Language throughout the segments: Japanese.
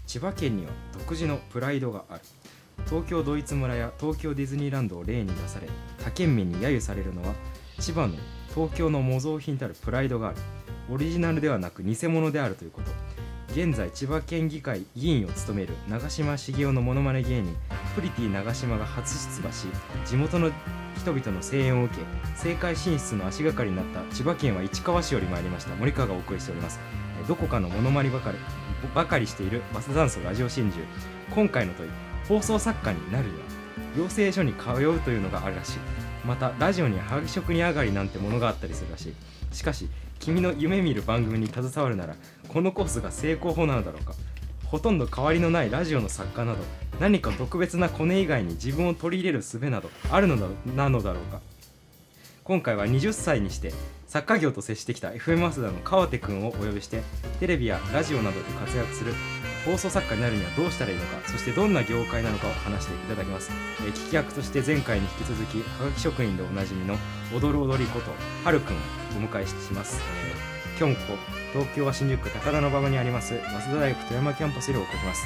千葉県には独自のプライドがある。東京ドイツ村や東京ディズニーランドを例に出され、他県民に揶揄されるのは千葉の東京の模造品たるプライドがある。オリジナルではなく偽物であるということ。現在千葉県議会議員を務める長嶋茂雄のモノマネ芸人プリティ長嶋が初出馬し、地元の人々の声援を受け政界進出の足がかりになった千葉県は市川市より参りました森川がお送りしております。どこかのモノマネばかりしているバスダンスラジオ真珠。今回の問い、放送作家になるには養成所に通うというのがあるらしい。またラジオにはがき職人上がりなんてものがあったりするらしい。しかし君の夢見る番組に携わるならこのコースが成功法なのだろうか。ほとんど変わりのないラジオの作家など何か特別なコネ以外に自分を取り入れる術などあるのなのだろうか。今回は20歳にして作家業と接してきた FM 早稲田の川手くんをお呼びして、テレビやラジオなどで活躍する放送作家になるにはどうしたらいいのか、そしてどんな業界なのかを話していただきます。聞き役として前回に引き続きはがき職人でおなじみの踊る踊りことはるくんをお迎えします。今日もここ東京は新宿区高田馬場にあります早稲田大学富山キャンパスよりお送りします。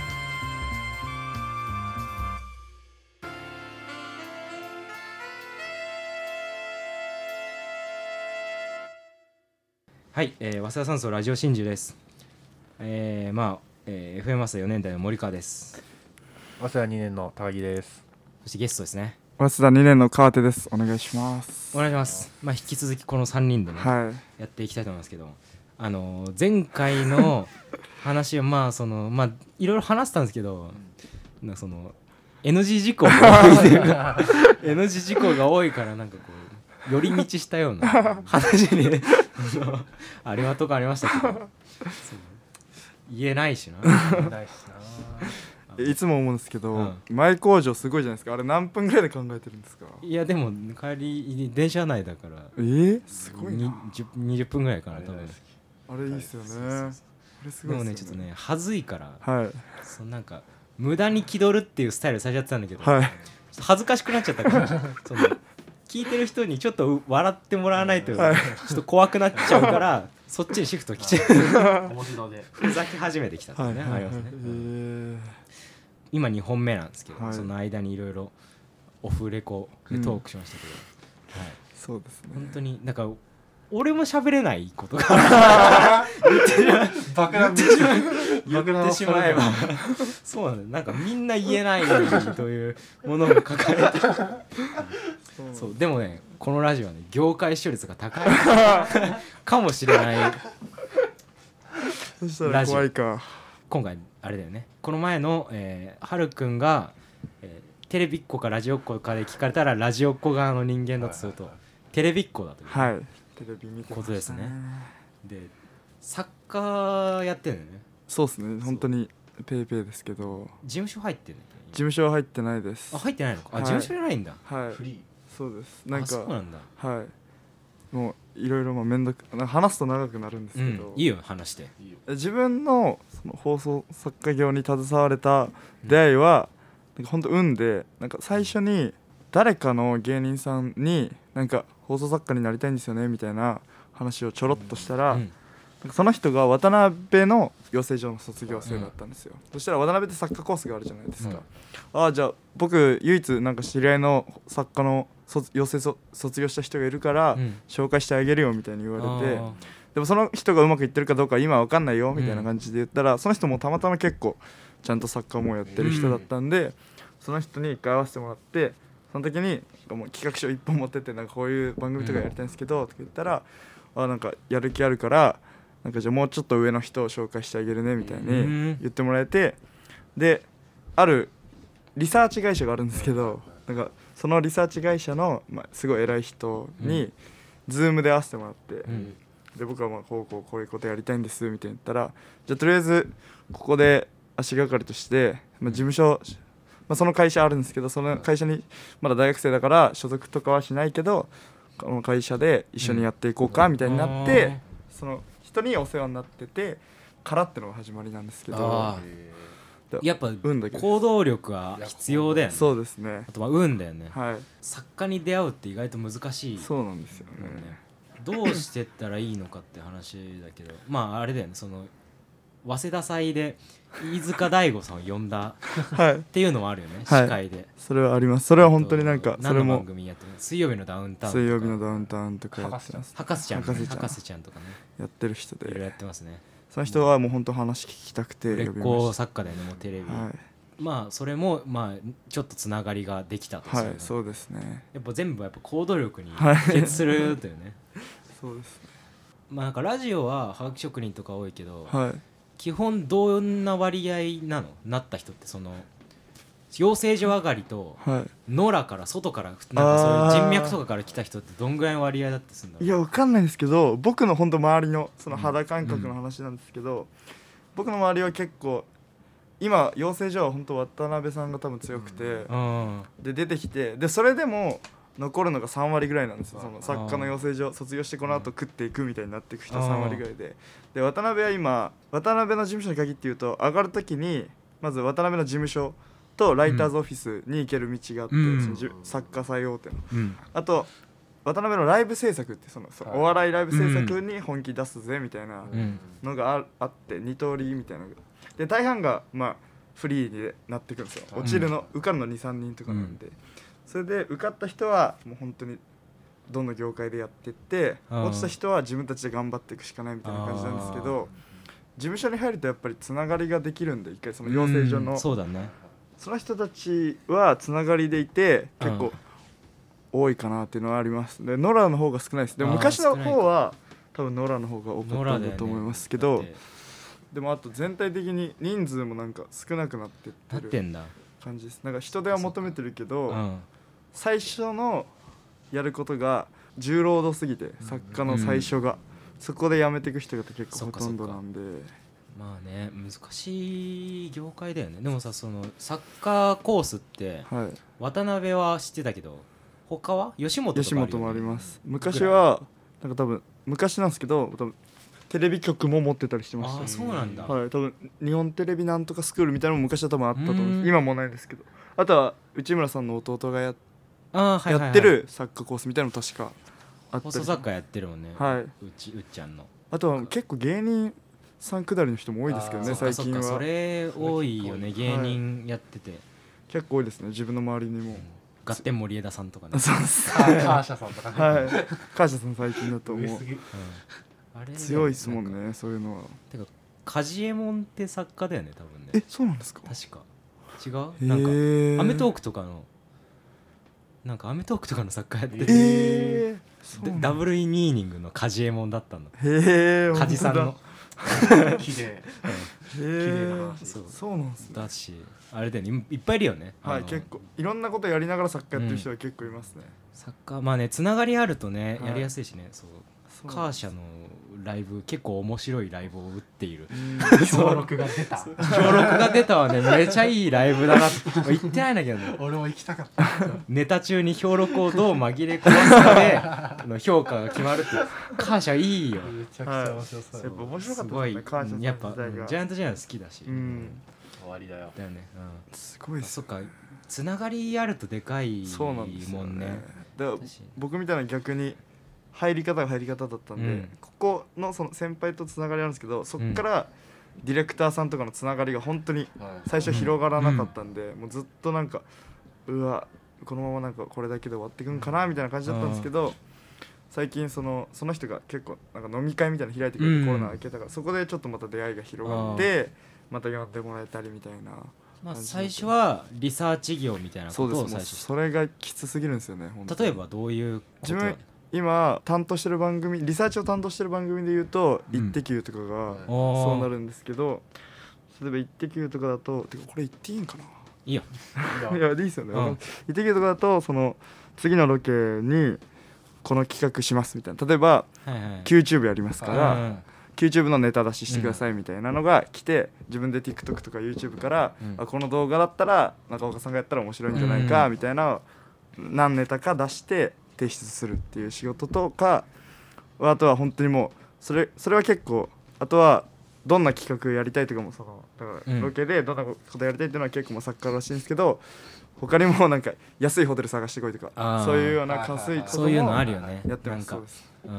はい、早稲田山荘ラジオ真珠です。FM 早稲田4年代の森川です。 早稲田2年の高木です。 そしてゲストですね、 早稲田2年の川手です。お願いします。 お願いします。引き続きこの3人でね、やっていきたいと思いますけど、前回の話をいろいろ話したんですけど、その NG 事項が多いというかNG 事項が多いからなんかこう寄り道したような話に、ね、あれはとかありましたけど言えないしないつも思うんですけど、前工場すごいじゃないですか。あれ何分ぐらいで考えてるんですか？ いやでも帰り電車内だからすごいな。 20分ぐらいかな多分。 あれいいっすよね。あれすごいっすよね。 でもねちょっとね恥ずいから、そのなんか無駄に気取るっていうスタイル最初やってたんだけど、恥ずかしくなっちゃったからその聞いてる人にちょっと笑ってもらわないと、ちょっと怖くなっちゃうからそっちにシフト来ちゃうふざけ始めてきたってね、ありますね。今2本目なんですけど、その間にいろいろオフレコでトークしましたけど、 そうですね。 本当になんか俺も喋れないことが言ってしまえばそうなんだ。なんかみんな言えないのにというものを抱えてそうでもねこのラジオはね業界視聴率が高いかもしれないそしたら怖いか。 今回あれだよね、この前の、はるくんが、テレビっ子かラジオっ子かで聞かれたらラジオっ子側の人間だとすると、テレビっ子だという、 テレビ見てことですね。で作家やってるんだよね。 そうですね。本当にペイペイですけど。 事務所入ってるんだっけ？ 事務所は入ってないです。 入ってないのか。事務所じゃないんだ。 フリー。そうです。なんかそうなんだ。 もういろいろ話すと長くなるんですけど、 いいよ話して。 自分のその放送作家業に携われた出会いはなんか本当運で、なんか最初に誰かの芸人さんになんか放送作家になりたいんですよねみたいな話をちょろっとしたら、その人が渡辺の養成所の卒業生だったんですよ。そしたら渡辺って作家コースがあるじゃないですか。じゃあ僕唯一なんか知り合いの作家の養成卒業した人がいるから紹介してあげるよみたいに言われて、でもその人がうまくいってるかどうか今は分かんないよみたいな感じで言ったら、その人もたまたま結構ちゃんと作家もやってる人だったんで、その人に一回会わせてもらって、その時にもう企画書1本持ってってなんかこういう番組とかやりたいんですけどとか言ったら、なんかやる気あるからなんかじゃあもうちょっと上の人を紹介してあげるねみたいに言ってもらえて、であるリサーチ会社があるんですけど、なんかそのリサーチ会社の、すごい偉い人に Zoom で会わせてもらって、で僕はこういうことやりたいんですみたいに言ったら、じゃあとりあえずここで足がかりとして、事務所、その会社あるんですけど、その会社にまだ大学生だから所属とかはしないけどこの会社で一緒にやっていこうかみたいになって、その人にお世話になっててからってのが始まりなんですけど、 やっぱ行動力は必要だよね。 そうですね。 あと運だよね。作家に出会うって意外と難しい。 そうなんですよね。 どうしてったらいいのかって話だけど、あれだよね、その早稲田祭で飯塚大吾さんを呼んだはいっていうのもあるよね、 はい司会で。 それはあります。それは本当になんかそれ何の番も組やってる？水曜日のダウンタウンとか、 水曜日のダウンタウンとかやってます。 博士ちゃん博士ちゃん博士ちゃんとかね、 やってる人いろいろやで、 ってますね。 その人はもう本当話聞きたくて呼び劣まし行作家だよね、もうテレビ、 た。はいまあそれもまあちょっとつながりができたと。 はい、 うそうですね。 やっぱ全部やっぱ行動力にはい帰結するというねそうですね。 まあなんかラジオははがき職人とか多いけど、 はい。 基本どんな割合なの？なった人ってその養成所上がりとは野良から外からなんかそういう人脈とかから来た人ってどんぐらいの割合だってするんだろい。いやわかんないんですけど、僕の本当周りのその肌感覚の話なんですけど、僕の周りは結構今養成所は本当渡辺さんが多分強くて、 うんで出てきて、でそれでも残るのが3割ぐらいなんですよ。その作家の養成所卒業してこの後食っていくみたいになっていく人は3割ぐらいで、で渡辺は今渡辺の事務所に限って言うと、上がる時にまず渡辺の事務所とライターズオフィスに行ける道があって、 うんその作家最大手の、 うんあと渡辺のライブ制作ってそのお笑いライブ制作に本気出すぜみたいなうんのがあって二通りみたいなのがで、大半がまあフリーになっていくんですよ。落ちるの受かるの 2,3 人とかなんで、それで受かった人はもう本当にどんな業界でやってって落ちた人は自分たちで頑張っていくしかないみたいな感じなんですけど、事務所に入るとやっぱりつながりができるんで、一回その養成所のそうだね。 その人たちはつながりでいて結構うん多いかなっていうのはあります。でノラの方が少ないです。でもあー昔の方は多分ノラの方が多かった野良だよねんだと思いますけど、 だってでもあと全体的に人数もなんか少なくなってってるなってんだ。 感じです。なんか人手は求めてるけど、 うん最初のやることが重労働すぎて、作家の最初が、そこで辞めていく人が結構ほとんどなんで。 まあね、難しい業界だよね。でもさ、そのサッカーコースってはい、 渡辺は知ってたけど他は吉本とかあるよね。 吉本もあります。昔はなんか多分昔なんですけど、多分テレビ局も持ってたりしてました。 ああそうなんだ、 はい、多分日本テレビなんとかスクールみたいなのも昔は多分あったと思ううんんです。今もうないですけど、あとは内村さんの弟がやあー、はいはいはい、 ってるサッカーコースみたいなのも確かあったり放送作家やってるもんね、 はい、 うっちゃんの。 あとは結構芸人さん下りの人も多いですけどね、 そっかそっか、そ最近はれ多いよね、芸人やってて、 結構多いですね、自分の周りにも。 ガッテン森枝さんとかね。 そうですカーシャさんとかね。 はい、カーシャさん最近だと思う。 上すぎ。 あれ強いですもんなんかね、そういうのは。 てかカジエモンって作家だよね、多分ね。 え、そうなんですか。 確か違う、 へなんかーアメトーークとかのなんかアメトーークとかの作家やってて、 そうなんだダブルイニーニングのカジエモンだったんだ。 へえ、 カジさんの綺麗。 綺麗な話そうそうなんですね。 だし、あれだよね、いっぱいいるよね。 はい、 あの結構いろんなことやりながらサッカーやってる人は結構いますね。 サッカー、まあね、つながりあるとね、 はいやりやすいしね。そうそうカーシャのライブ、結構面白いライブを打っている。 登録が出た。 小6が出たわね、めちゃいいライブだなって言ってないんだけどね。 俺も行きたかった。 ネタ中に評録をどう紛れ込ますかでの評価が決まるって。カーシャいいよ。 めちゃくちゃ面白そう。 やっぱ面白かすごいったですね、カーシャさんやっぱ自体が。 ジャイアントジャイアント好きだし、 うん、 終わりだよ。 だよね、 すごいですそっか、つながりあるとでかいそうなんですよもんね。 だから確かに僕みたいな逆に入り方が入り方だったんで、 うんここのその先輩とつながりあるんですけど、そこからディレクターさんとかのつながりが本当に最初広がらなかったんで、もうずっとなんかうわこのままなんかこれだけで終わっていくんかなみたいな感じだったんですけど、最近その人が結構なんか飲み会みたいなの開いてくれて、 うんコロナ明けたからそこでちょっとまた出会いが広がってまた呼んでもらえたりみたいな。 まあ、最初はリサーチ業みたいなこそうです、もうとを最初して、 それがきつすぎるんですよね本当に。 例えばどういうこと自分今担当してる番組、リサーチを担当してる番組で言うと「イッテ Q!」とかがそうなるんですけど、例えば「イッテ Q!」とかだとてかこれ言っていいんかいいよ。 ないやいいですよね。 うんイッテ Q!」とかだとその次のロケにこの企画しますみたいな、例えばはいはい、 YouTube やりますから、 うん YouTube のネタ出ししてくださいみたいなのが来て、自分で TikTok とか YouTube から、 うんあこの動画だったら中岡さんがやったら面白いんじゃないかみたいな何ネタか出して提出するっていう仕事とか、あとは本当にもうそれは結構、あとはどんな企画やりたいとかもそのだからロケでどんなことやりたいっていうのは結構もう作家らしいんですけど、他にもなんか安いホテル探してこいとかあーそういうような安いこともそういうのあるよね。 やってます。 なんかそうです。 うん、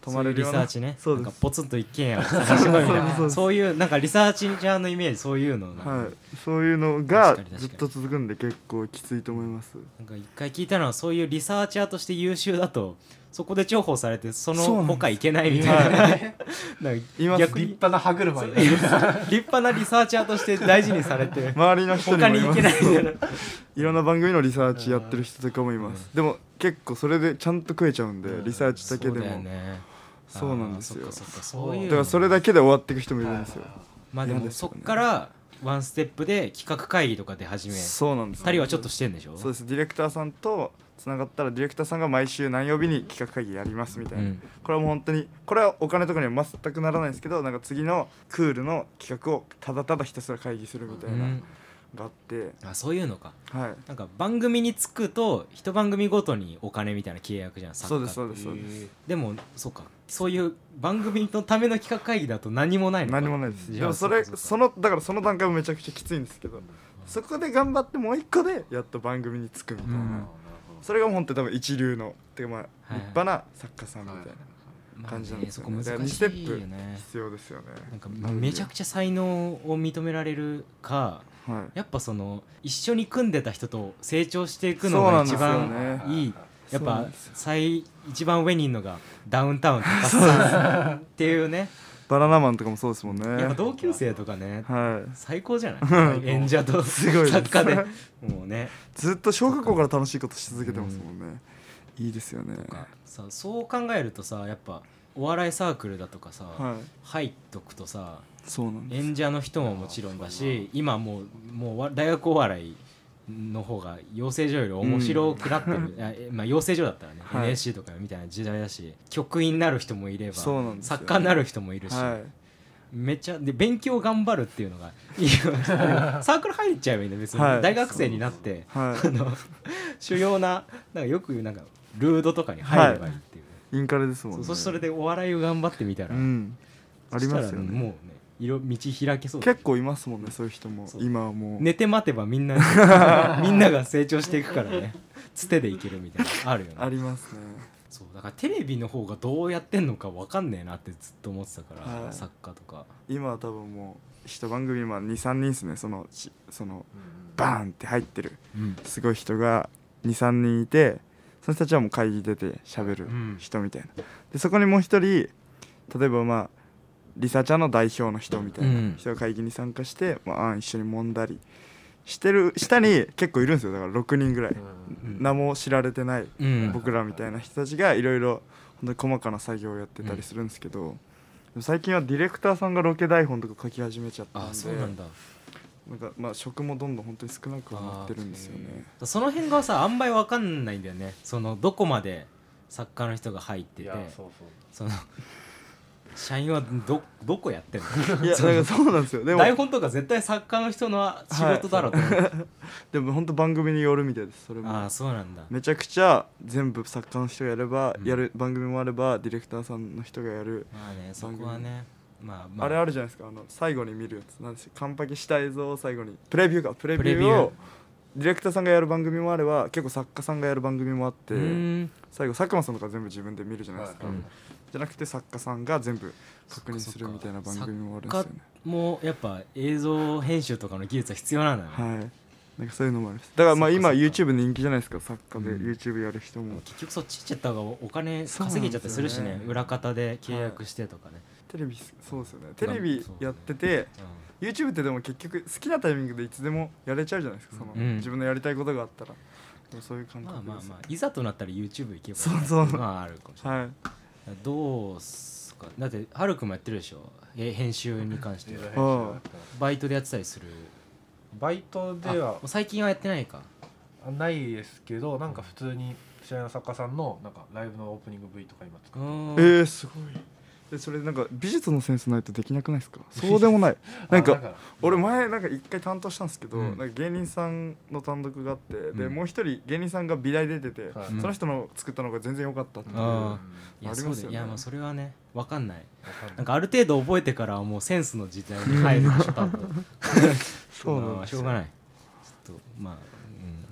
泊まれるようなそういうリサーチね。 そうですなんかポツンと一軒家を探してこいみたいなそうそういうなんかリサーチちゃんのイメージそういうのなんか、 はい、そういうのが確かに確かにずっと続くんで結構きついと思います。 なんか一回聞いたのはそういうリサーチャーとして優秀だとそこで重宝されてそのそうなんです他いけないみたいな、なんかいます逆に立派な歯車になる立派なリサーチャーとして大事にされて周りの人にもいます他にいけないみたいな。 いろんな番組のリサーチやってる人とかもいます。でも結構それでちゃんと食えちゃうんで、リサーチだけでそうだよもね。 そうなんですよ。 あーそっかそっかそういうだからそれだけで終わっていく人もいるんですよ。 まあでも嫌ですよねそっからワンステップで企画会議とか出始めそうなんです 2人はちょっとしてんでしょ。 そうですディレクターさんとつながったらディレクターさんが毎週何曜日に企画会議やりますみたいな、 うんこれはもう本当にこれはお金とかには全くならないんですけど、なんか次のクールの企画をただただひたすら会議するみたいなのがあって、 あそういうのか。 はいなんか番組につくと一番組ごとにお金みたいな契約じゃん作家そうですそうですそうです。 でもそうかそういう番組のための企画会議だと何もないのか。 何もないです。 じゃあでもそれそうかそのだからその段階もめちゃくちゃきついんですけど、そこで頑張ってもう一個でやっと番組につくみたいな、 うんそれがもう本当に多分一流のてかまあはい立派な作家さんみたいなまあ感じなんねそこですよね。 難しだから2ステいよップね。 必要ですよね。 なんかまあめちゃくちゃ才能を認められるかはい。 やっぱその一緒に組んでた人と成長していくのそうなんですよが一番ねいい。やっぱそうなんですよ一番上にいるのがダウンタウンとかさっていうね。 バナナマンとかもそうですもんね。 やっぱ同級生とかねはい。 最高じゃない演者とすごいです作家でもうねずっと小学校から楽しいことし続けてますもんね。いいですよね。 さそう考えるとさやっぱお笑いサークルだとかさ、 はい。 入っとくとさそうなんです。 演者の人ももちろんだし今もう大学お笑いの方が養成所より面白くなってる、まあ養成所だったらね、 はい NSC とかみたいな時代だし局員になる人もいれば、 そうなんですよ作家になる人もいるし、 はい。 めっちゃで勉強頑張るっていうのがいいよサークル入っちゃえばいいんだよ別に、 はい大学生になってはい。 主要ななんかよく言うなんかルードとかに入ればいいっていう、 インカレですもんね。 それでお笑いを頑張ってみたら、 うん。ありますよそしたらもうね。 ね道開けそうだ結構いますもんね、そういう人もそう今はもう。 寝て待てばみんなみんなが成長していくからねつてでいけるみたいなあるよねありますね。 そうだからテレビの方がどうやってんのか分かんねえなってずっと思ってたから、 はい作家とか今は多分もう一番組まあ23人ですね。そのバーンって入ってるうんすごい人が23人いて、その人たちはもう会議出て喋るうん人みたいな。でそこにもう一人例えばまあリサーチャーの代表の人みたいうんな人が会議に参加して、まあ、案一緒に揉んだりしてる下に結構いるんですよ。だから6人ぐらい、名も知られてないうん僕らみたいな人たちがいろいろ本当に細かな作業をやってたりするんですけど、でも最近はディレクターさんがロケ台本とか書き始めちゃったんあで、 そうなんだなんかまあ職もどんどん本当に少なくはなってるんですよね。 その辺がさあんまり分かんないんだよねそのどこまで作家の人が入ってていやそうその社員はどこやってんのいやなんかそうなんですよ。でも台本とか絶対作家の人の仕事だろうと思う、 でも本当番組によるみたいです。それもああそうなんだめちゃくちゃ全部作家の人がやれば、 うんやる番組もあればディレクターさんの人がやる、 まあねそこはねまああれあるじゃないですか、最後に見るやつなんですよ。カンパケした映像を最後にプレビュープレビューをディレクターさんがやる番組もあれば結構作家さんがやる番組もあって、 うーん最後佐久間さんとか全部自分で見るじゃないですか、 うんじゃなくて作家さんが全部確認するみたいな番組もあるんですよね。 もうやっぱ映像編集とかの技術は必要なんだね、 はい、なんかそういうのもあります。だからまあ今そっかそっか YouTube 人気じゃないですか、作家でうん YouTube やる人も。 結局そっち行っちゃった方がお金稼げちゃったりするしねそうなんですよね裏方で契約してとかね、 テレビそうですよね。テレビやってて YouTube ってでも結局好きなタイミングでいつでもやれちゃうじゃないですか。その、 うん自分のやりたいことがあったら、でもそういう感まあ覚です。 まあまあいざとなったら YouTube 行けば、 そうそうまああるかもしれない、 はい。 どうすかだってハルくんもやってるでしょ編集に関してはあバイトでやってたりするバイトではもう最近はやってないかないですけど、なんか普通に知らない作家さんのなんかライブのオープニング V とか今作ってすごい。それなんか美術のセンスないとできなくないですか？そうでもない。なんか俺前なんか一回担当したんですけど、 うんなんか芸人さんの単独があって、でうんもう一人芸人さんが美大出てて、 はいその人の作ったのが全然良かったっていう。 あいやありますよねそうでいやまあそれはね分かんないわかんなんかある程度覚えてからはもうセンスの時代に入るでしょ多分そうなんですよまあしょうがないちょっとまあ、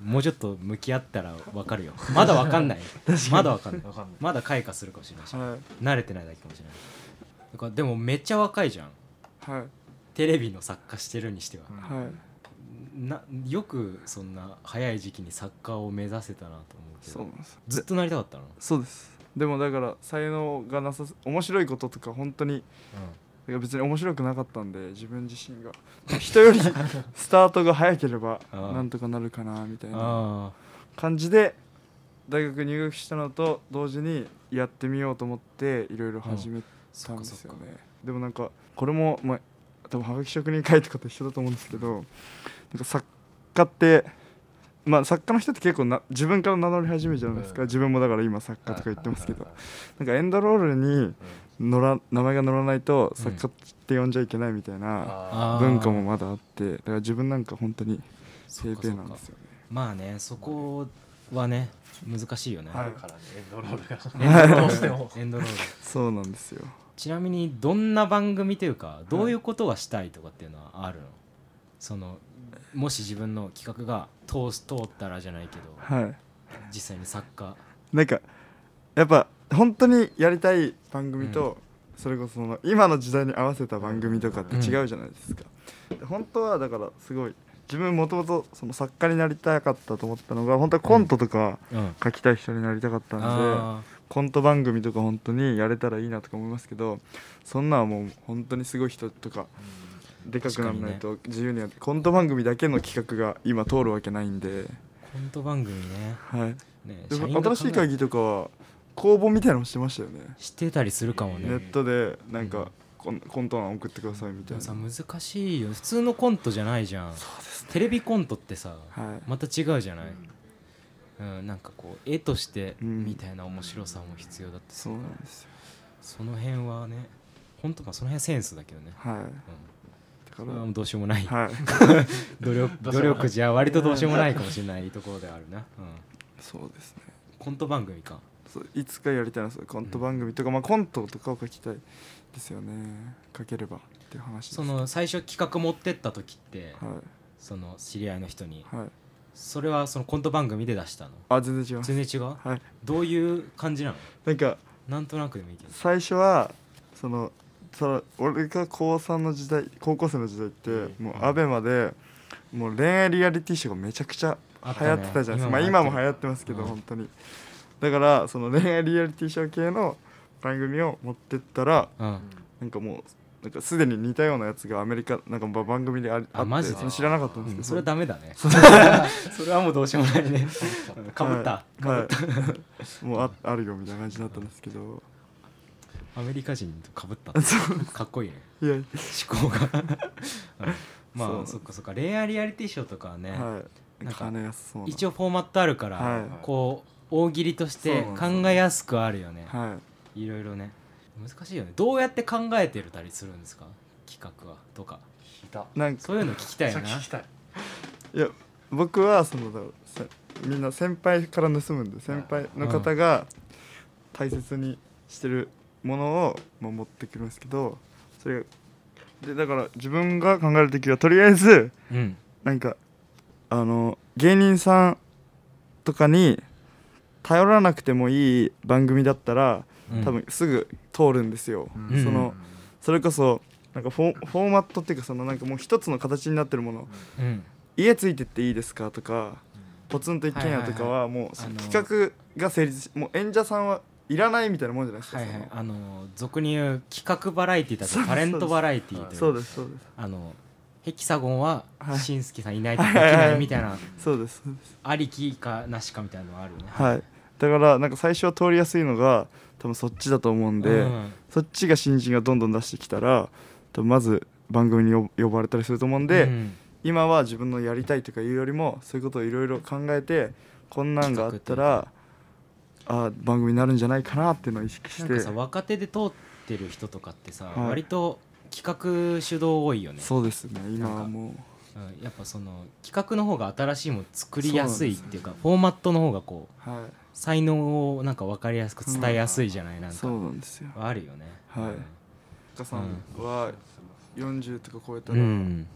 もうちょっと向き合ったら分かるよ。まだ分かんないまだ分かんないわかんない。 まだ開花するかもしれないし、 は慣れてないだけかもしれない。だからでもめっちゃ若いじゃん、 いはいテレビの作家してるにしては。 はいよくそんな早い時期に作家を目指せたなと思うけど、 そうなんですずっとなりたかったの？ そうです。でもだから才能がなさ面白いこととか本当にいや別に面白くなかったんで、自分自身が人よりスタートが早ければあーなんとかなるかなみたいなあ感じで大学入学したのと同時にやってみようと思っていろいろ始めたんですよね。でもなんかこれもまあ多分はがき職人会とかと一緒だと思うんですけど、なんか作家ってまあ作家の人って結構自分から名乗り始めるじゃないですか。自分もだから今作家とか言ってますけど、なんかエンドロールに名前が載らないと作家って呼んじゃいけないみたいなあ文化もまだあって、だから自分なんか本当にペーペーなんですよね。 まあね、そこはね難しいよね、 あるからね、エンドロールがどうしてもエンドロールそうなんですよ。 ちなみにどんな番組というかどういうことがしたいとかっていうのはあるの？そのもし自分の企画が通ったらじゃないけど、 はい。 実際に作家なんかやっぱ本当にやりたい番組と、それこそその今の時代に合わせた番組とかって違うじゃないですか。本当はだからすごい自分もともとその作家になりたかったと思ったのが本当はコントとか書きたい人になりたかったんで、 あコント番組とか本当にやれたらいいなとか思いますけど、そんなんはもう本当にすごい人とかでかくならないと自由にやってコント番組だけの企画が今通るわけないんで、 コント番組ね、 はい。 ねで社員が考えも新しい会議とかは公募みたいなのしてましたよね。 してたりするかもね。 ネットでなんかコント欄送ってくださいみたいな。 でもさ難しいよ、普通のコントじゃないじゃん。 そうですね。 テレビコントってさ、 はい。 また違うじゃない、なんかこう絵としてみたいな面白さも必要だってさ、 そうなんですよ。 その辺はね本当か、その辺はセンスだけどね、 はい。だからそれはもうどうしようもない、 はい。 努力じゃ割とどうしようもないかもしれないところであるな、 そうですね。 コント番組か。 そういつかやりたいな、そうコント番組とか、まあコントとかを書きたいですよね。書ければっていう話です。 その最初企画持ってった時って、 はその知り合いの人にいはい。 それはそのコント番組で出したの？ あ、全然違います。 全然違う？ はい。 どういう感じなの？ なんかなんとなくでもいいけど。 最初はその俺が高3の時代、高校生の時代ってもうアベマでもう恋愛リアリティショーがめちゃくちゃ流行ってたじゃないですか。まあ今も流行ってますけど、本当にだからその恋愛リアリティショー系の番組を持ってったら、なんかもうなんかすでに似たようなやつがアメリカなんか番組であって、 マジでそれ知らなかったんですけど、 それはダメだね。それはもうどうしようもないね。かぶった。 はいもうあるよみたいな感じだったんですけど、 アメリカ人とかぶった。かっこいいね。 いや思考が。まそうあそっかそっか、恋愛リアリティショーとかはね、 はいなんかね、そうな一応フォーマットあるから、 はいこう大喜利として考えやすくあるよね。 はいろいろね。難しいよね。どうやって考えてるたりするんですか、企画はとか。 聞いた。 なんかそういうの聞きたいな。 聞きたい。 いや僕はそのみんな先輩から盗むんで、先輩の方が大切にしてるものを、まあ、持ってくるんですけど、それでだから自分が考えるときはとりあえず、なんか芸人さんとかに頼らなくてもいい番組だったら、多分すぐ通るんですよ。それこそなんかフォーマットっていうか、そのなんかもう一つの形になってるもの、家ついてっていいですかとか、ポツンと一軒家とかはもう企画が成立し、もう演者さんはいらないみたいなもんじゃないですか。 俗に言う企画バラエティだとタレントバラエティという、 そうですそうです。 ヘキサゴンはしんすけさんいないとできないみたいな、 そうですそうです。 ありきかなしかみたいなのがあるよね。 はい。だからなんか最初は通りやすいのが多分そっちだと思うんで、そっちが新人がどんどん出してきたら、多分まず番組に呼ばれたりすると思うんで、今は自分のやりたいとかいうよりもそういうことをいろいろ考えて、こんなんがあったら番組になるんじゃないかなっていうのを意識して。 なんかさ、若手で通ってる人とかってさ、割と企画主導多いよね。 そうですね、今はもうやっぱその企画の方が新しいもの作りやすいっていうか、フォーマットの方がこう、才能をなんか分かりやすく伝えやすいじゃない、なんかそうなんですよ。 あるよね。 はい。岡さんは40とか超えたら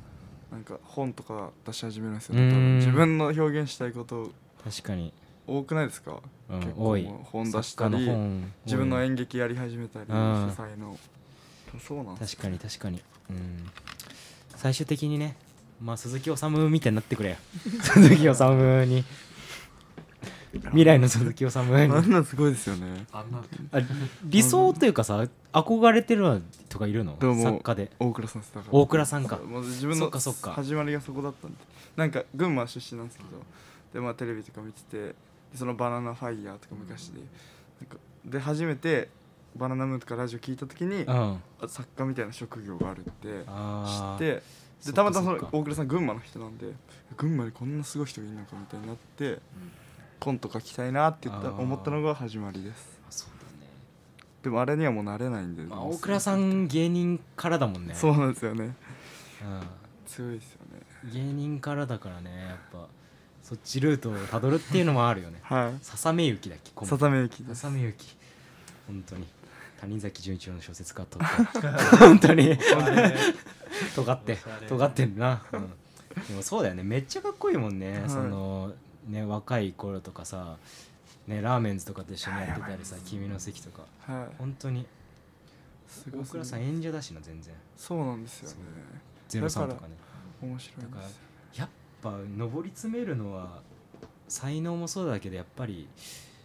なんか本とか出し始めるんですよね。多分自分の表現したいこと確かに、 多くないですか？結構多い。 もう本出したり作家の本自分の多い演劇やり始めたり主うん催のそうなんです確かに確かに、最終的にね、まあ鈴木おさむみたいになってくれよ鈴木おさむに未来の鈴木おさむにあんなんすごいですよね。 あんなあ理想というかさ、憧れてるとかいるの？ どうも作家で。 大倉さんだから大倉さんか。 もう自分のそっかそっか始まりがそこだったんで、なんか群馬出身なんですけど、でまあテレビとか見てて、でそのバナナファイヤーとか昔で、なんかで初めてバナナムーンとかラジオ聞いた時に、作家みたいな職業があるって知って、でたまたまその大倉さん群馬の人なんで、群馬にこんなすごい人がいるのかみたいになって、コント書きたいなって思ったのが始まりです。 そうだね。 でもあれにはもう慣れないんで、 大倉さん芸人からだもんね。 そうなんですよね。 う強いですよね。 ん、芸人からだからね、やっぱそっちルートをたどるっていうのもあるよね。 はいささめゆきだっけ？ ささめゆきです。 ささめゆき、本当に谷崎潤一郎の小説家と本当に尖ってるな、でもそうだよね、めっちゃかっこいいもんね、 はいそのね、若い頃とかさ、ね、ラーメンズとかと一緒にやってたりさ、君の席とか、 はい本当にすごい大倉さん演者だしな、全然そうなんですよね。 ゼロさんとかね。 面白いだからです。 やっぱ上り詰めるのは才能もそうだけど、やっぱり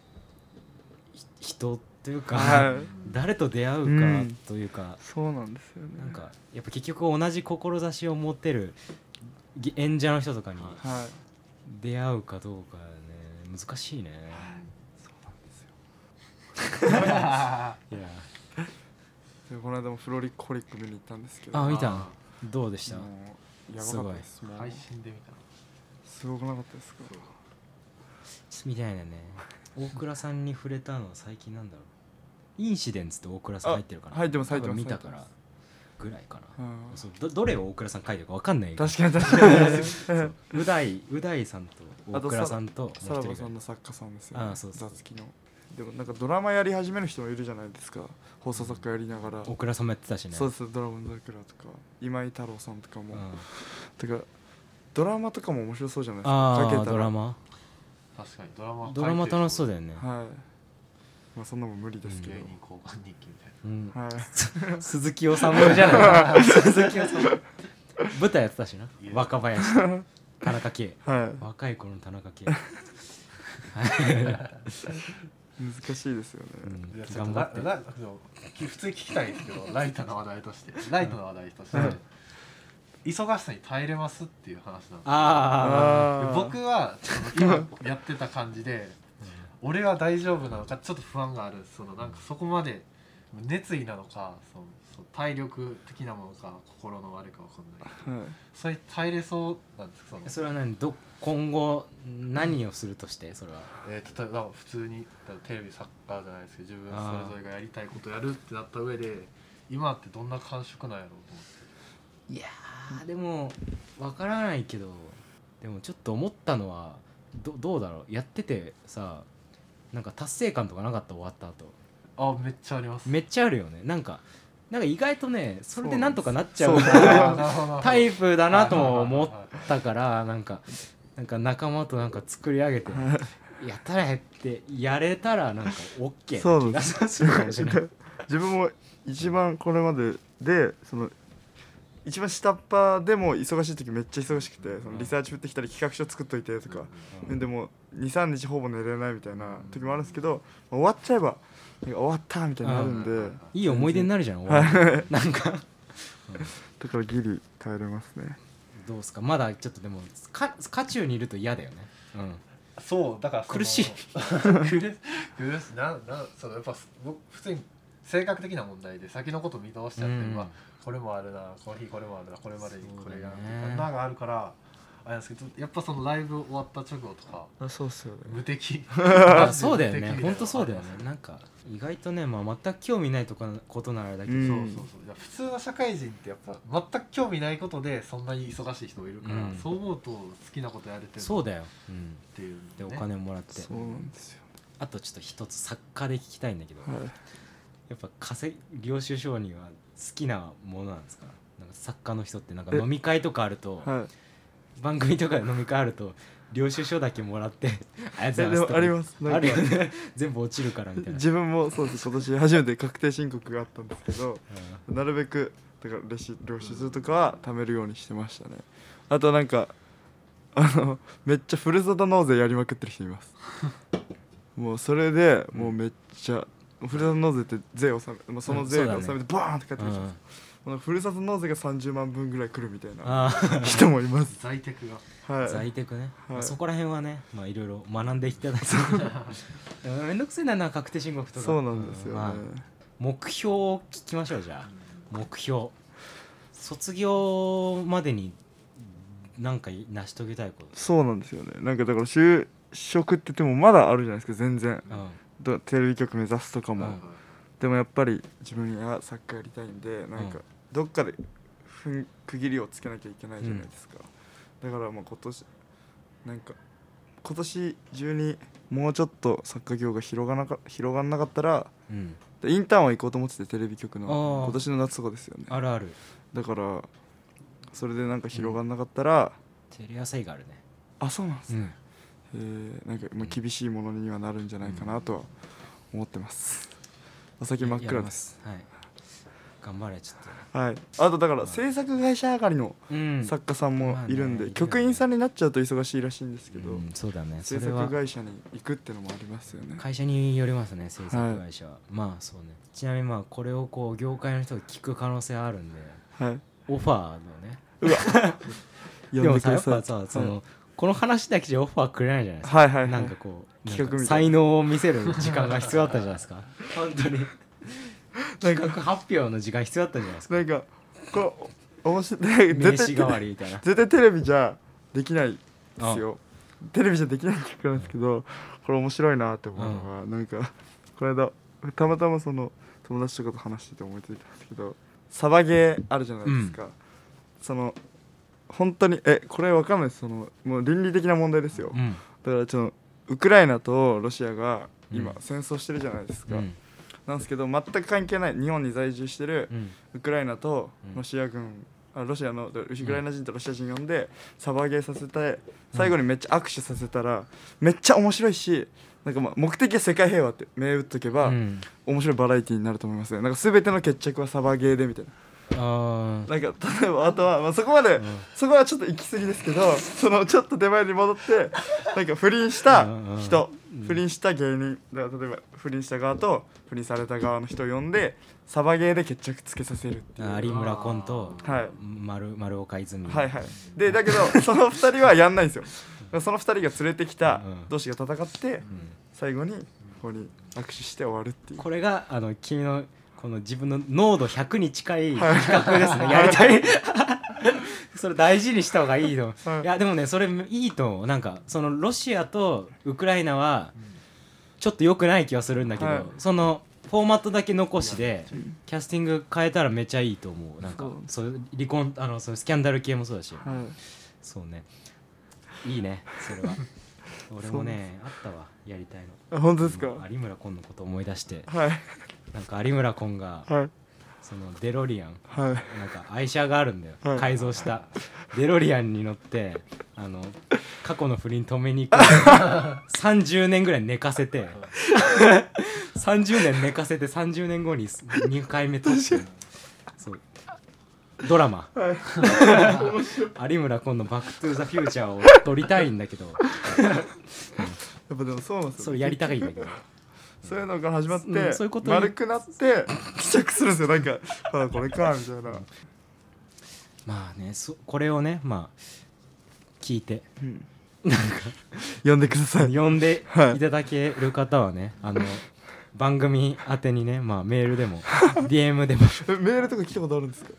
人というか、 はい誰と出会うかというか、 そうなんですよね。 なんかやっぱ結局同じ志を持ってる演者の人とかにはい出会うかどうかね、難しいね。 そうなんですよ。 いやでこの間もフロリコリック見に行ったんですけど、 見たの？どうでした？ もうやばかったです。もう配信で見たすごくなかったですか？ みたいなね。大倉さんに触れたのは最近なんだろう。インシデンツって大倉さん入ってるかな？ 入ってます多分入ってます見たからぐらいかな。 うんそうどれを大倉さん書いてるか分かんないけど。 確かに確かにう大さんと大倉さんともう一さら人ぐらい。 ばさんの作家さんですよね。 あそうそう雑記のでもなんかドラマやり始める人もいるじゃないですか。放送作家やりながら、 大倉さんもやってたしね。 そうですドラゴン桜とか今井太郎さんとかも、 うんてかドラマとかも面白そうじゃないですか。書けたらドラマ確かにドラマ楽しそうだよね。 はい。まあそんなもん無理ですけど、 芸人交換日記みたいなうんはい鈴木おさむじゃない鈴木おさむ舞台やってたしな。若林と田中圭、 はい若い頃の田中圭難しいですよね。 いやちょっと頑張ってでも普通に聞きたいんですけどライトの話題として忙しさに耐えれますっていう話なんですよ。 ああー僕は今やってた感じで俺は大丈夫なのかちょっと不安がある。そのなんかそこまで熱意なのかその体力的なものか心のあれかわかんない。 はいそれ耐えれそうなんですか？ それは何今後何をするとしてそれは。 例えば普通にテレビサッカーじゃないですけど自分それぞれがやりたいことやるってなった上で今ってどんな感触なんやろうと思って。 いやーでもわからないけど、でもちょっと思ったのはどうだろう、やっててさ、なんか達成感とかなかった？終わった後あめっちゃあります。 めっちゃあるよね。なんか意外とね、それでなんとかなっちゃうそうタイプだなとも思ったから、なんか仲間となんか作り上げてやったらってやれたらなんか OK そうな気がですするかもしれない。 自分も一番これまででその一番下っ端でも忙しい時めっちゃ忙しくて、そのリサーチ振ってきたり企画書作っといてとか、でも 2,3 日ほぼ寝れないみたいな時もあるんですけど、終わっちゃえばなんか終わったみたいになるんで、 いい思い出になるじゃん。なんかだからギリ耐えれますね。 どうすか、まだちょっとでも渦中にいると嫌だよね。 そうだから苦しい苦しいそのやっぱ僕普通に性格的な問題で先のこと見通しちゃって、これもあるなこの日これもあるなこれまでにこれがこんながあるからあれなんですけど、やっぱそのライブ終わった直後とかあそうっすよね。 無敵そうだよね、 無敵ほんとそうだよね。なんか意外とね、全く興味ないことならだけど、 うんそう普通の社会人ってやっぱ全く興味ないことでそんなに忙しい人もいるから、そう思うと好きなことやれてるそうだよ、 っていう、 でお金もらって。 そうなんですよ。 あとちょっと一つ作家で聞きたいんだけど、 はい。 やっぱ領収書には好きなものなんですか？ 作家の人ってなんか飲み会とかあるとはい番組とかで飲み会あると領収書だけもらってありがとうございますとかでもありますなんかあるよね全部落ちるからみたいな自分もそうです今年初めて確定申告があったんですけどなるべくだから領収とかは貯めるようにしてましたね。あとなんかめっちゃふるさと納税やりまくってる人いますもうそれでもうめっちゃふるさと納税って税を納め、その税で納めてバーンって返ってくるじゃないですか。ふるさと納税が30万分ぐらい来るみたいな人もいます在宅がはい在宅ね、 はいまあそこら辺はねまあいろいろ学んでいただいてめんどくせえな確定申告とかそうなんですよね、 まあ目標を聞きましょう。じゃあ目標卒業までに何か成し遂げたいこと。 そうなんですよね。なんかだから就職って言ってもまだあるじゃないですか全然、テレビ局目指すとかも、でもやっぱり自分はサッカーやりたいんでなんかどっかで区切りをつけなきゃいけないじゃないですか、だからまあ今年中にもうちょっとサッカー業が広がんなかったら、インターンは行こうと思っててテレビ局の今年の夏とかですよね。 あるある。 だからそれでなんか広がんなかったら、 テレ朝以外あるね。 あそうなんですね、なんかまあ厳しいものにはなるんじゃないかなとは思ってます。お先真っ暗です。 はい。頑張れちょっはい。あとだから制作会社上がりの作家さんもいるんで、局員さんになっちゃうと忙しいらしいんですけど、 そうだね。 制作会社に行くってのもありますよね。 会社によりますね制作会社は。まあそうね。ちなみにまあこれをこう業界の人が聞く可能性あるんで、オファーのね。 うわ。 でもさやっぱさそのこの話だけじゃオファーくれないじゃないですか。なんかこう企画才能を見せる時間が必要だったじゃないですか。本当に。企画発表の時間必要だったじゃないですか。 なんかこう面白い名刺代わりみたいな。 絶対テレビじゃできないですよ。テレビじゃできない企画なんですけど、これ面白いなって思うのが、なんかこの間たまたまその友達とかと話してて思いついたんですけど、サバゲーあるじゃないですか。その本当にこれわかんないです。そのもう倫理的な問題ですよ。だからウクライナとロシアが今戦争してるじゃないですか。なんですけど全く関係ない日本に在住してるウクライナとロシア軍、ロシアのウクライナ人とロシア人呼んでサバゲーさせて最後にめっちゃ握手させたらめっちゃ面白いし、なんかまあ目的は世界平和って銘打っとけば面白いバラエティになると思いますね。なんか全ての決着はサバゲーでみたいな。なんか例えばあとは、まあ、そこはちょっと行き過ぎですけど、そのちょっと手前に戻ってなんか不倫した人、不倫した芸人だから、例えば不倫した側と不倫された側の人を呼んでサバゲーで決着つけさせるっていう。 有村昆と丸岡泉。 でだけどその2人はやんないんですよ。その2人が連れてきた同士が戦って最後にここに握手して終わるっていう。これが君のこの自分の濃度100に近い企画ですね。やりたいそれ大事にした方がいいの。いやでもねそれいいと思う。なんかそのロシアとウクライナはちょっと良くない気はするんだけど、そのフォーマットだけ残しでキャスティング変えたらめちゃいいと思う。なんかそう離婚そうスキャンダル系もそうだし、そうねいいねそれは。俺もねあったわやりたいの。 本当ですか。 有村昆のこと思い出して、なんか有村昆が、そのデロリアン、なんか愛車があるんだよ、改造したデロリアンに乗って過去の不倫止めに行く30年ぐらい寝かせて30年寝かせて30年後に2回目撮ってそうドラマ、有村昆の「バック・トゥ・ザ・フューチャー」を撮りたいんだけどやっぱでもそうなんですよ。 それやりたいんだけどそういうのが始まって、丸くなって帰着するんですよ。なんかこれかみたいな。 まあねこれをねまあ聞いて、 なんか呼んでください。 呼んでいただける方はね番組宛てにね、まあメールでもDM でもメールとか来たことあるんですか。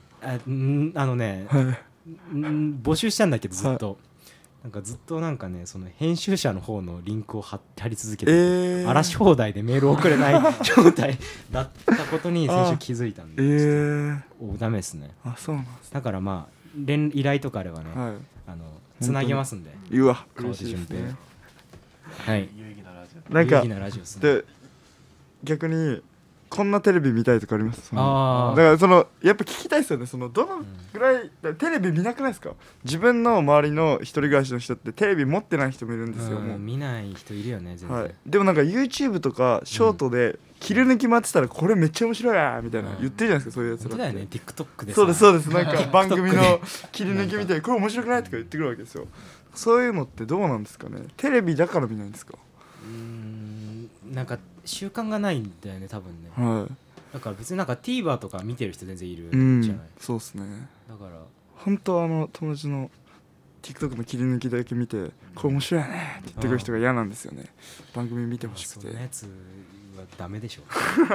募集したんだけどずっと。ずっとなんかねその編集者の方のリンクを貼り続けて、荒らし放題でメール送れない状態だったことに先週気づいたんで、ダメですね。 そうなんです。 だからまあ依頼とかあればね、つなげますんで。 うわ嬉しいですね。 はい。 有意義なラジオ。 なんか有意義なラジオですね。 で逆にこんなテレビ見たいとかあります？だあからやっぱ聞きたいですよね。どのぐらい、テレビ見なくないですか？自分の周りの一人暮らしの人ってテレビ持ってない人もいるんですよ。もう見ない人いるよね全然、 はい、でもなんか YouTube とかショートで切り抜き回ってたらこれめっちゃ面白いやみたいな言ってるじゃないですか、そういうやつらって。 本当だよね TikTok でさ。 そうですそうです、なんか番組の切り抜きみたいにこれ面白くないとか言ってくるわけですよ。そういうのってどうなんですかね？テレビだから見ないんですか？ なんか習慣がないんだよね多分ね。 はい。 だから別になんか TVer とか見てる人全然いるじゃない。 そうですね。 だから本当友達の TikTok の切り抜きだけ見てこれ面白いよねって言ってくる人が嫌なんですよね。番組見てほしくて。 そんなやつはダメでしょ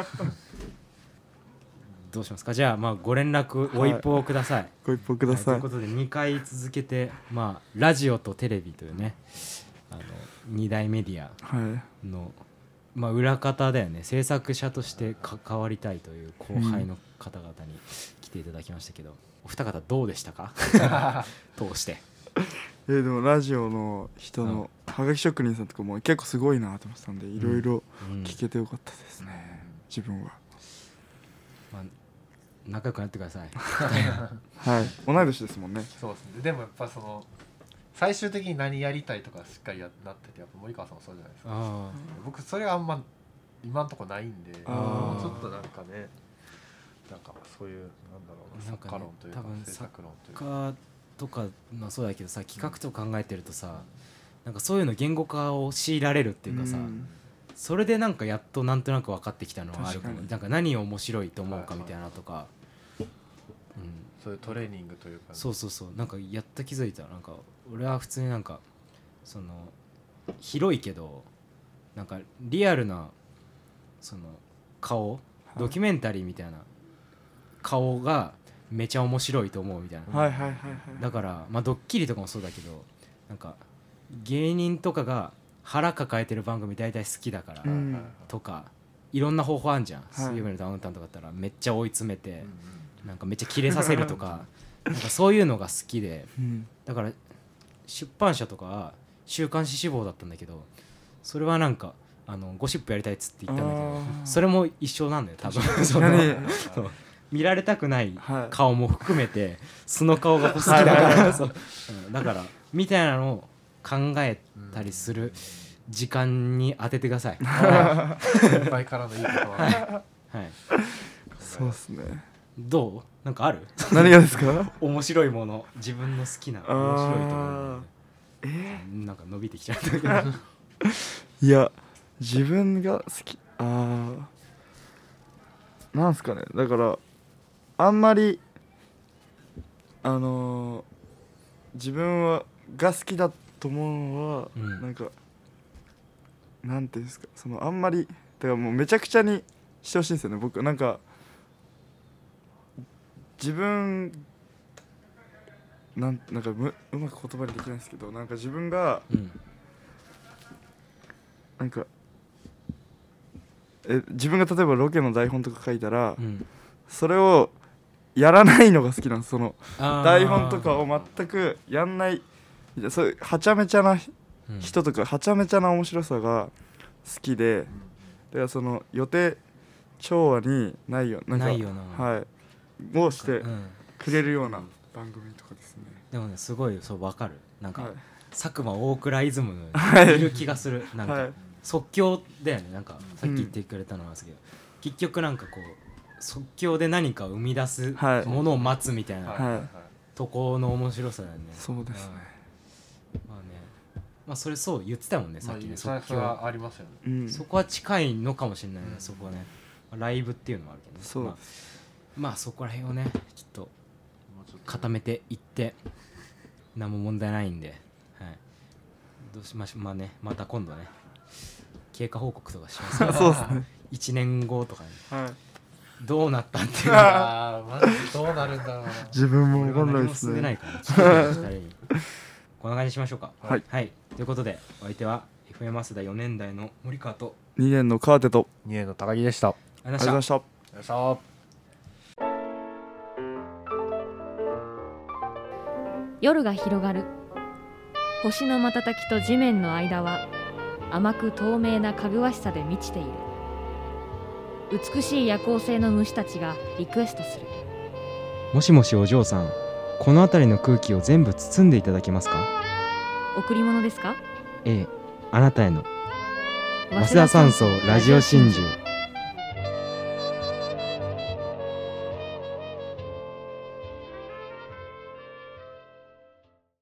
どうしますか？じゃあまあご連絡ご一報ください。 ご一報ください。 ということで2回続けてまあラジオとテレビというね2大メディアの、まあ、裏方だよね。制作者として関わりたいという後輩の方々に来ていただきましたけど、お二方どうでしたか通して。 でもラジオの人のはがき職人さんとかも結構すごいなと思ってたんで、いろいろ聞けてよかったですね、自分は。 まあ、仲良くなってくださいはい、同い年ですもんね。 そうですね。でもやっぱ最終的に何やりたいとかしっかりなってて、やっぱ森川さんもそうじゃないですか。僕それがあんま今んとこないんで、もうちょっとなんかね、なんかそういうなんだろうな、作家論というか制作論というかとかまあそうだけどさ、企画とか考えてるとさ、なんかそういうの言語化を強いられるっていうかさ、それでなんかやっとなんとなく分かってきたのはあるかも。なんか何を面白いと思うかみたいなとか、 そういうトレーニングというか、 そうなんかやっと気づいた。なんか俺は普通になんか広いけどなんかリアルな顔、ドキュメンタリーみたいな顔がめちゃ面白いと思うみたいな。だからまあドッキリとかもそうだけど、なんか芸人とかが腹抱えてる番組大体好きだから、とかいろんな方法あんじゃん。水曜日のダウンタウンとかだったらめっちゃ追い詰めて、なんかめっちゃキレさせるとかなんかそういうのが好きで、だから出版社とかは週刊誌志望だったんだけど、それはなんかゴシップやりたいっつって言ったんだけど、それも一緒なんだよ多分そう見られたくない顔も含めて素の顔が好きだからだからみたいなのを考えたりする時間に当ててください。 先輩からのいいことは、 はい、 そうですね。 どう？なんかある？ 何がですか？ 面白いもの、自分の好きな面白いと思う。なんか伸びてきちゃったけどいや自分が好きなんすかね。だからあんまり自分が好きだと思うのは、なんかなんていうんですか、あんまりだからもうめちゃくちゃにしてほしいんですよね。僕なんか自分なんかうまく言葉にできないんですけど、なんか自分が、なんか自分が例えばロケの台本とか書いたら、それをやらないのが好きなんです。台本とかを全くやんない、そういうはちゃめちゃな人とか、はちゃめちゃな面白さが好きで、だから予定調和にないような、をしてくれるような番組とかですね。 でもね、すごいそう分かる。なんか、佐久間大倉イズムのいる気がする。なんか即興だよね。なんかさっき言ってくれたのはですけど、結局なんかこう即興で何かを生み出すものを待つみたいなとこの面白さだよね。 そうですね。 まあね、まあそれそう言ってたもんね、さっきね。 即興はありますよね。 そこは近いのかもしれないね。そこはね、ライブっていうのもあるけどね。 そう。 まあそこら辺をねちょっと固めていって何も問題ないんで、はい、どうしましょう。まあね、また今度ね経過報告とかしますからそうですね。 1年後とかに、どうなったっていうのマジどうなるんだろうな。 自分も分かんないですね。 こんな感じにしましょうか。 はい、 ということでお相手は FM 早稲田4年代の森川と 2年の川手と 2年の高木でした。 ありがとうございました。 夜が広がる。星の瞬きと地面の間は甘く透明なかぐわしさで満ちている。 美しい夜行性の虫たちがリクエストする。 もしもしお嬢さん、この辺りの空気を全部包んでいただけますか？ 贈り物ですか？ ええ、あなたへの早稲田山荘ラジオ真珠。